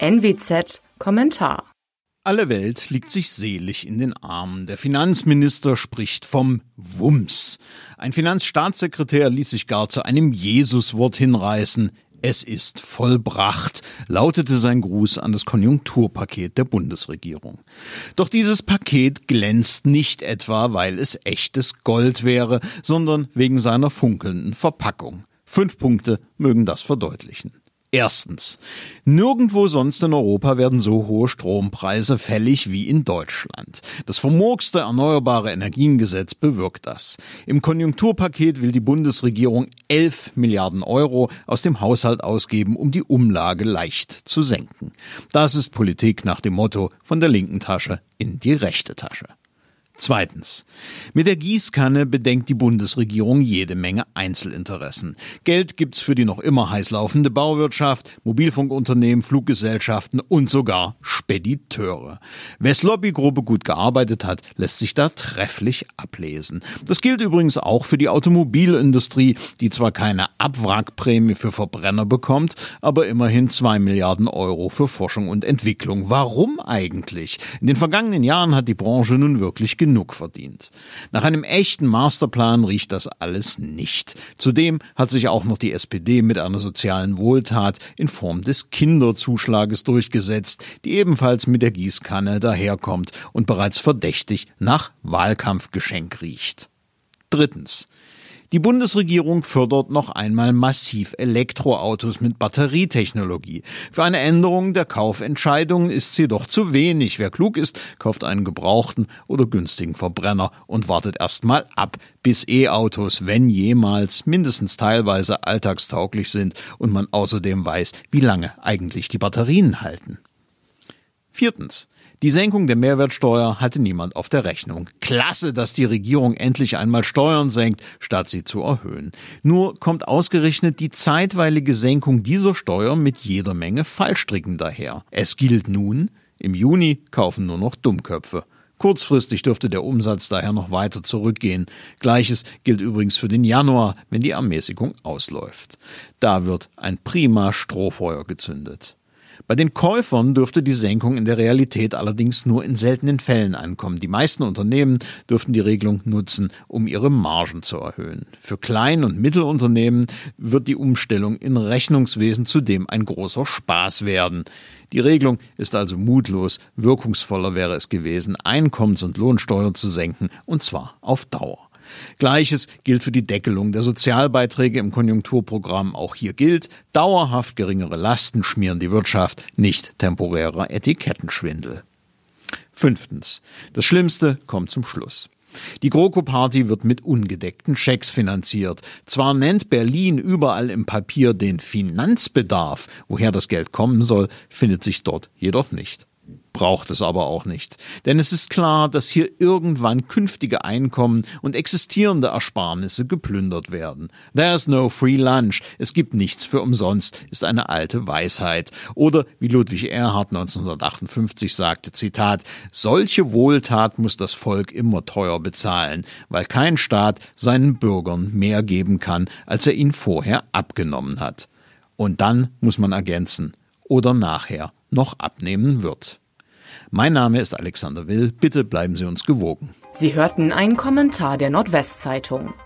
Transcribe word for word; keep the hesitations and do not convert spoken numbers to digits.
N W Z Kommentar. Alle Welt liegt sich selig in den Armen. Der Finanzminister spricht vom Wumms. Ein Finanzstaatssekretär ließ sich gar zu einem Jesuswort hinreißen. Es ist vollbracht, lautete sein Gruß an das Konjunkturpaket der Bundesregierung. Doch dieses Paket glänzt nicht etwa, weil es echtes Gold wäre, sondern wegen seiner funkelnden Verpackung. Fünf Punkte mögen das verdeutlichen. Erstens. Nirgendwo sonst in Europa werden so hohe Strompreise fällig wie in Deutschland. Das vermurkste Erneuerbare Energiengesetz bewirkt das. Im Konjunkturpaket will die Bundesregierung elf Milliarden Euro aus dem Haushalt ausgeben, um die Umlage leicht zu senken. Das ist Politik nach dem Motto von der linken Tasche in die rechte Tasche. Zweitens. Mit der Gießkanne bedenkt die Bundesregierung jede Menge Einzelinteressen. Geld gibt's für die noch immer heiß laufende Bauwirtschaft, Mobilfunkunternehmen, Fluggesellschaften und sogar Spediteure. Wes Lobbygruppe gut gearbeitet hat, lässt sich da trefflich ablesen. Das gilt übrigens auch für die Automobilindustrie, die zwar keine Abwrackprämie für Verbrenner bekommt, aber immerhin zwei Milliarden Euro für Forschung und Entwicklung. Warum eigentlich? In den vergangenen Jahren hat die Branche nun wirklich genug verdient. Nach einem echten Masterplan riecht das alles nicht. Zudem hat sich auch noch die S P D mit einer sozialen Wohltat in Form des Kinderzuschlages durchgesetzt, die ebenfalls mit der Gießkanne daherkommt und bereits verdächtig nach Wahlkampfgeschenk riecht. Drittens. Die Bundesregierung fördert noch einmal massiv Elektroautos mit Batterietechnologie. Für eine Änderung der Kaufentscheidungen ist sie doch zu wenig. Wer klug ist, kauft einen gebrauchten oder günstigen Verbrenner und wartet erst mal ab, bis E-Autos, wenn jemals, mindestens teilweise alltagstauglich sind und man außerdem weiß, wie lange eigentlich die Batterien halten. Viertens. Die Senkung der Mehrwertsteuer hatte niemand auf der Rechnung. Klasse, dass die Regierung endlich einmal Steuern senkt, statt sie zu erhöhen. Nur kommt ausgerechnet die zeitweilige Senkung dieser Steuer mit jeder Menge Fallstricken daher. Es gilt nun, im Juni kaufen nur noch Dummköpfe. Kurzfristig dürfte der Umsatz daher noch weiter zurückgehen. Gleiches gilt übrigens für den Januar, wenn die Ermäßigung ausläuft. Da wird ein prima Strohfeuer gezündet. Bei den Käufern dürfte die Senkung in der Realität allerdings nur in seltenen Fällen ankommen. Die meisten Unternehmen dürften die Regelung nutzen, um ihre Margen zu erhöhen. Für Klein- und Mittelunternehmen wird die Umstellung in Rechnungswesen zudem ein großer Spaß werden. Die Regelung ist also mutlos. Wirkungsvoller wäre es gewesen, Einkommens- und Lohnsteuer zu senken, und zwar auf Dauer. Gleiches gilt für die Deckelung der Sozialbeiträge im Konjunkturprogramm. Auch hier gilt, dauerhaft geringere Lasten schmieren die Wirtschaft, nicht temporärer Etikettenschwindel. Fünftens. Das Schlimmste kommt zum Schluss. Die GroKo-Party wird mit ungedeckten Schecks finanziert. Zwar nennt Berlin überall im Papier den Finanzbedarf, woher das Geld kommen soll, findet sich dort jedoch nicht. Braucht es aber auch nicht. Denn es ist klar, dass hier irgendwann künftige Einkommen und existierende Ersparnisse geplündert werden. There's no free lunch. Es gibt nichts für umsonst, ist eine alte Weisheit. Oder wie Ludwig Erhard neunzehnhundertachtundfünfzig sagte, Zitat, solche Wohltat muss das Volk immer teuer bezahlen, weil kein Staat seinen Bürgern mehr geben kann, als er ihnen vorher abgenommen hat. Und dann muss man ergänzen, oder nachher noch abnehmen wird. Mein Name ist Alexander Will. Bitte bleiben Sie uns gewogen. Sie hörten einen Kommentar der Nordwestzeitung.